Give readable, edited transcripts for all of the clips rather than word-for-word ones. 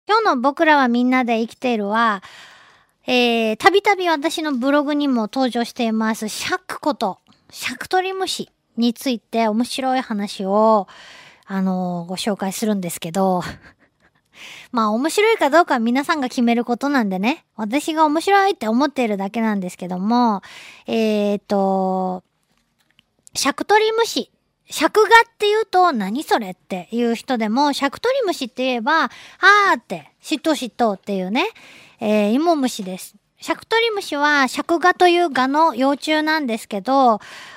今日の僕らはみんなで生きているは、たびたび私のブログにも登場しています、シャクこと、シャクトリムシについて面白い話を、ご紹介するんですけど、まあ面白いかどうかは皆さんが決めることなんでね、私が面白いって思っているだけなんですけども、シャクトリムシ。尺画って言うと何それっていう人でも、シャクトリムシって言えば、って、嫉妬嫉妬っていうね、芋虫です。シャクトリムシは尺画という蛾の幼虫なんですけど、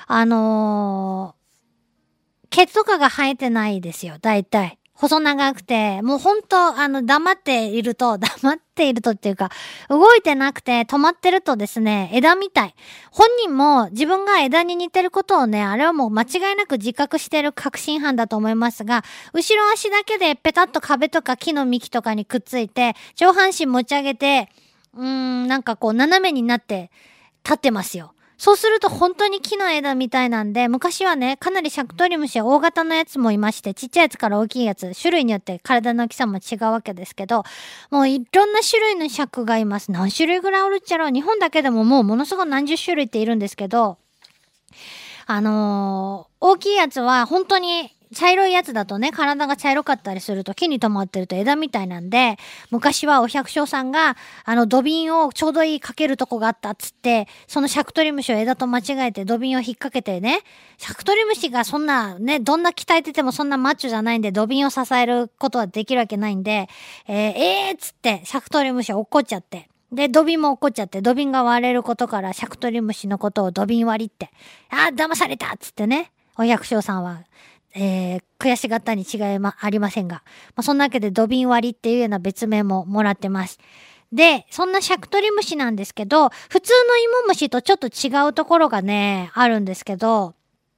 毛とかが生えてないですよ、大体。細長くて、もうほんと、黙っていると、黙っているとっていうか、動いてなくて止まってるとですね、枝みたい。本人も自分が枝に似てることをね、あれはもう間違いなく自覚してる確信犯だと思いますが、後ろ足だけでペタッと壁とか木の幹とかにくっついて、上半身持ち上げて、なんかこう斜めになって立ってますよ。そうすると本当に木の枝みたいなんで、昔はね、かなりシャクトリムシは大型のやつもいまして、ちっちゃいやつから大きいやつ、種類によって体の大きさも違うわけですけど、もういろんな種類のシャクがいます。何種類ぐらいおるっちゃろう。日本だけでももうものすごい何十種類っているんですけど、大きいやつは本当に茶色いやつだとね、体が茶色かったりすると木に止まってると枝みたいなんで、昔はお百姓さんが、土瓶をちょうどいいかけるとこがあったっつって、そのシャクトリムシを枝と間違えて土瓶を引っ掛けてね、シャクトリムシがそんなね、どんな鍛えててもそんなマッチョじゃないんで、土瓶を支えることはできるわけないんで、っつって、シャクトリムシは怒っちゃって。で、土瓶も怒っちゃって、土瓶が割れることから、シャクトリムシのことを土瓶割りって、騙されたっつってね、お百姓さんは、悔しがったに違いありませんが、そんなわけで土瓶割りっていうような別名ももらってます。で、そんなシャクトリムシなんですけど、普通の芋虫とちょっと違うところがね、あるんですけど、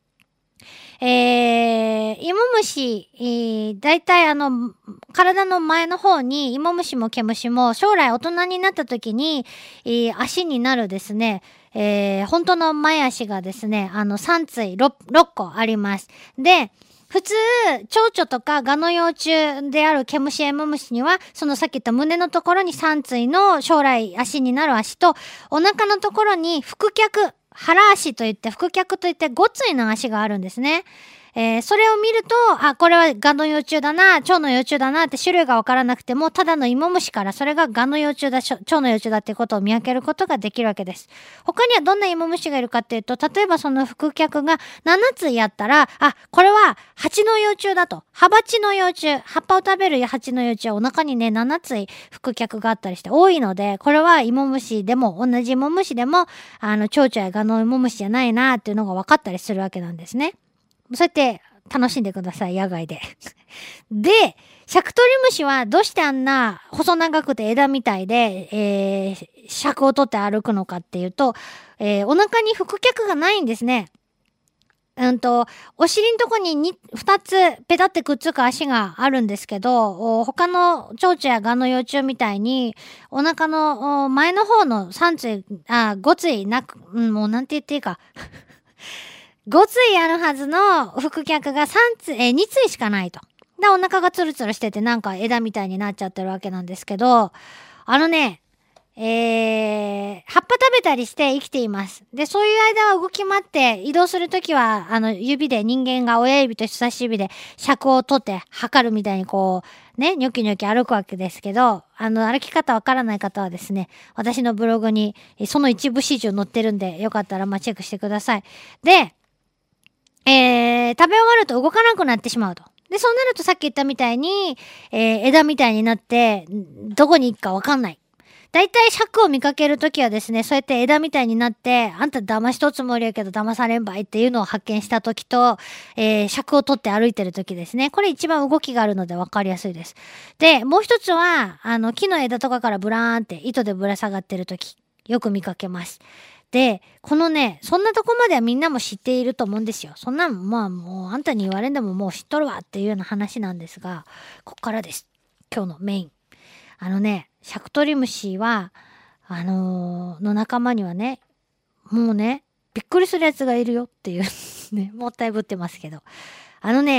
芋虫、だいたい体の前の方に芋虫も毛虫も将来大人になった時に、足になるですね、本当の前足がですね、3対 6個あります。で、普通、蝶々とか蛾の幼虫である毛虫や芋虫には、そのさっき言った胸のところに3対の将来足になる足と、お腹のところに腹脚、腹足といって腹脚といって5対の足があるんですね。それを見ると、これはガの幼虫だな、蝶の幼虫だなって種類がわからなくても、ただの芋虫からそれがガの幼虫だ、蝶の幼虫だっていうことを見分けることができるわけです。他にはどんな芋虫がいるかっていうと、例えばその腹脚が7つやったら、これは蜂の幼虫だと。葉鉢の幼虫、葉っぱを食べる蜂の幼虫はお腹にね、7つ腹脚があったりして多いので、これは芋虫でも、同じ芋虫でも、蝶々やガの芋虫じゃないなっていうのが分かったりするわけなんですね。そうやって楽しんでください、野外で。で、シャクトリムシはどうしてあんな細長くて枝みたいで、尺を取って歩くのかっていうと、お腹に腹脚がないんですね。お尻のとこに2つペタってくっつく足があるんですけど、他の蝶々や蛾の幼虫みたいに、お腹の前の方の3対、5対なく、もうなんて言っていいか。5対あるはずの腹脚が2対しかないと。で、お腹がツルツルしててなんか枝みたいになっちゃってるわけなんですけど、葉っぱ食べたりして生きています。で、そういう間は動き回って移動するときは、指で人間が親指と人差し指で尺を取って測るみたいにこう、ね、ニョキニョキ歩くわけですけど、歩き方わからない方はですね、私のブログにその一部始終載ってるんで、よかったらチェックしてください。で、食べ終わると動かなくなってしまうと。で、そうなるとさっき言ったみたいに、枝みたいになって、どこに行くかわかんない。だいたい尺を見かけるときはですね、そうやって枝みたいになって、あんた騙しとつもりやけど騙されんばいっていうのを発見したときと、尺を取って歩いてるときですね。これ一番動きがあるので分かりやすいです。で、もう一つは、木の枝とかからブラーンって糸でぶら下がってるとき、よく見かけます。で、このね、そんなとこまではみんなも知っていると思うんですよ。そんなん、もうあんたに言われんでももう知っとるわっていうような話なんですが、こっからです。今日のメイン。シャクトリムシは、の仲間にはね、もうね、びっくりするやつがいるよっていうね、もったいぶってますけど。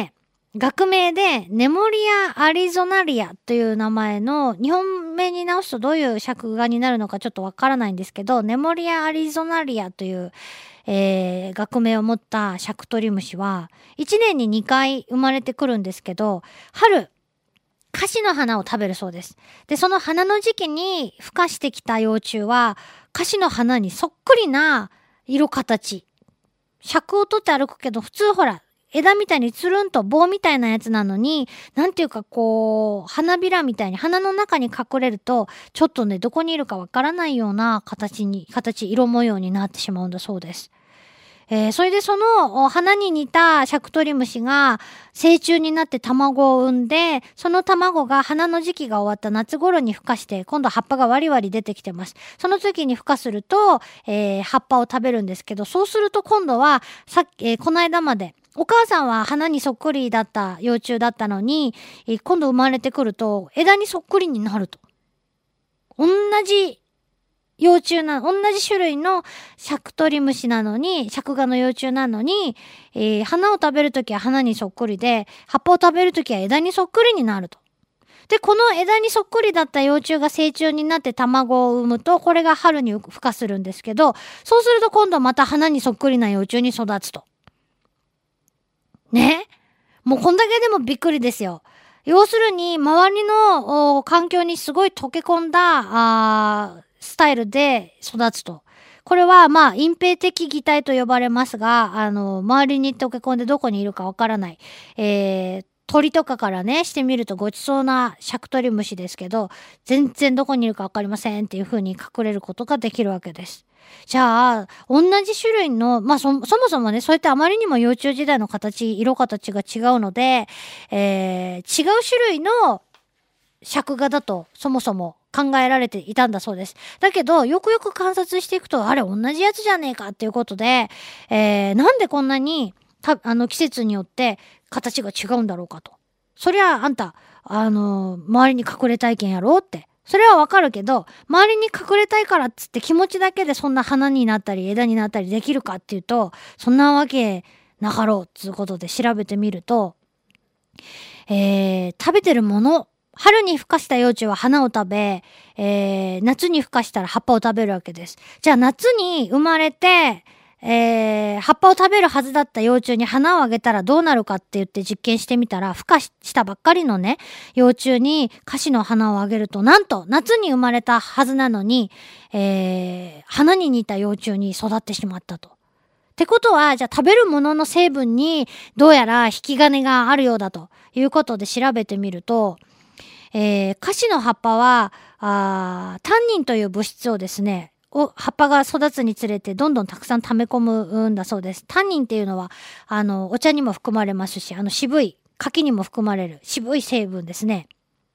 学名でネモリア・アリゾナリアという名前の、日本名に直すとどういう尺画になるのかちょっとわからないんですけど、ネモリア・アリゾナリアという、学名を持ったシャクトリムシは1年に2回生まれてくるんですけど、春、カシの花を食べるそうです。で、その花の時期に孵化してきた幼虫は、カシの花にそっくりな色形。尺を取って歩くけど、普通ほら、枝みたいにつるんと棒みたいなやつなのに、なんていうかこう、花びらみたいに花の中に隠れると、ちょっとね、どこにいるかわからないような色模様になってしまうんだそうです。それでその花に似たシャクトリムシが成虫になって卵を産んで、その卵が花の時期が終わった夏頃に孵化して、今度葉っぱがワリワリ出てきてます。その時に孵化すると、葉っぱを食べるんですけど、そうすると今度はこの間までお母さんは花にそっくりだった幼虫だったのに、今度生まれてくると枝にそっくりになると。同じ同じ種類のシャクトリムシなのに、シャクガの幼虫なのに、花を食べるときは花にそっくりで、葉っぱを食べるときは枝にそっくりになると。で、この枝にそっくりだった幼虫が成虫になって卵を産むと、これが春に孵化するんですけど、そうすると今度また花にそっくりな幼虫に育つと。ね？もうこんだけでもびっくりですよ。要するに、周りの環境にすごい溶け込んだ、スタイルで育つと。これは、まあ、隠蔽的擬態と呼ばれますが、周りに溶け込んでどこにいるかわからない。鳥とかからね、してみるとごちそうなシャクトリムシですけど、全然どこにいるかわかりませんっていう風に隠れることができるわけです。じゃあ、同じ種類の、まあそもそもね、そうやってあまりにも幼虫時代の色形が違うので、違う種類の尺画だとそもそも考えられていたんだそうです。だけど、よくよく観察していくと、あれ同じやつじゃねえかっていうことで、なんでこんなに季節によって形が違うんだろうかと。そりゃあんた、周りに隠れ体験やろうって。それはわかるけど、周りに隠れたいからっつって気持ちだけでそんな花になったり枝になったりできるかっていうと、そんなわけなかろうっつうことで調べてみると、食べてるもの、春に孵化した幼虫は花を食べ、夏に孵化したら葉っぱを食べるわけです。じゃあ夏に生まれて、葉っぱを食べるはずだった幼虫に花をあげたらどうなるかって言って実験してみたら、孵化したばっかりのね、幼虫にカシの花をあげると、なんと夏に生まれたはずなのに、花に似た幼虫に育ってしまったと。ってことは、じゃあ食べるものの成分にどうやら引き金があるようだということで調べてみると、カシの葉っぱは、タンニンという物質をですね、葉っぱが育つにつれてどんどんたくさん溜め込むんだそうです。タンニンっていうのは、お茶にも含まれますし、渋い、柿にも含まれる渋い成分ですね。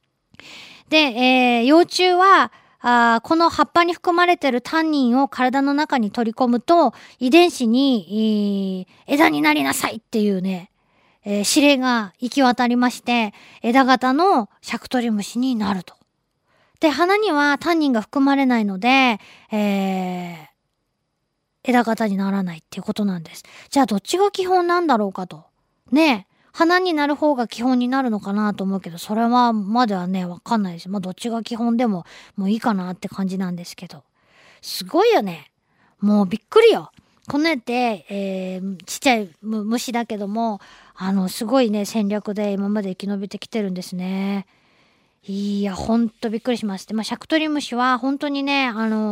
で、幼虫は、この葉っぱに含まれているタンニンを体の中に取り込むと、遺伝子に、枝になりなさいっていうね、指令が行き渡りまして、枝型のシャクトリムシになると。で、花にはタンニンが含まれないので、枝型にならないっていうことなんです。じゃあどっちが基本なんだろうかと。ねえ、花になる方が基本になるのかなと思うけど、それはまだね、わかんないです。まあどっちが基本でももういいかなって感じなんですけど。すごいよね。もうびっくりよ。このやって、ちっちゃい虫だけども、すごいね、戦略で今まで生き延びてきてるんですね。いや、ほんとびっくりしまして。まあ、シャクトリムシは本当にね、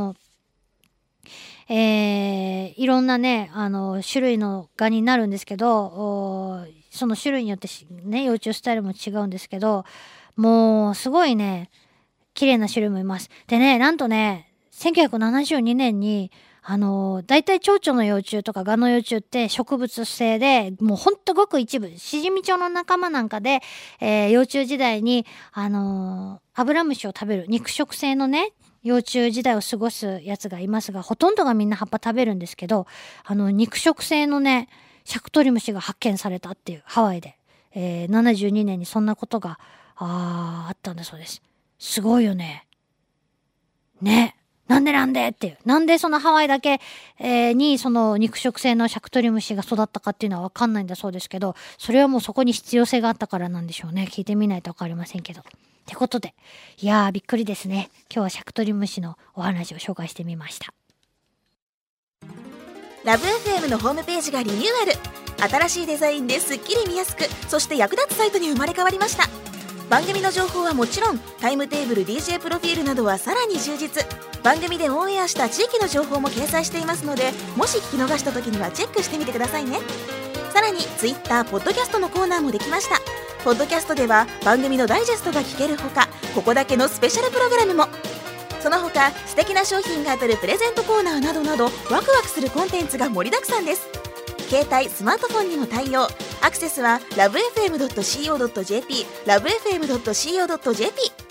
いろんなね、種類の蛾になるんですけど、その種類によってね、幼虫スタイルも違うんですけど、もう、すごいね、綺麗な種類もいます。でね、なんとね、1972年に、大体蝶々の幼虫とか蛾の幼虫って植物性で、もうほんとごく一部、シジミチョウの仲間なんかで、幼虫時代に、アブラムシを食べる肉食性のね、幼虫時代を過ごすやつがいますが、ほとんどがみんな葉っぱ食べるんですけど、肉食性のね、シャクトリムシが発見されたっていう、ハワイで。72年にそんなことが、あったんだそうです。すごいよね。ね。 なんでっていう。なんでそのハワイだけ、にその肉食性のシャクトリムシが育ったかっていうのはわかんないんだそうですけど、それはもうそこに必要性があったからなんでしょうね。聞いてみないとわかりませんけど。ってことで、いやーびっくりですね。今日はシャクトリムシのお話を紹介してみました。 ラブ FM のホームページがリニューアル。新しいデザインですっきり見やすく、そして役立つサイトに生まれ変わりました。番組の情報はもちろん、タイムテーブル、 DJ プロフィールなどはさらに充実。番組でオンエアした地域の情報も掲載していますので、もし聞き逃した時にはチェックしてみてくださいね。さらに Twitter、ポッドキャストのコーナーもできました。ポッドキャストでは番組のダイジェストが聞けるほか、ここだけのスペシャルプログラムも。その他素敵な商品が当たるプレゼントコーナーなどなど、ワクワクするコンテンツが盛りだくさんです。携帯スマートフォンにも対応。アクセスは lovefm.co.jp、lovefm.co.jp。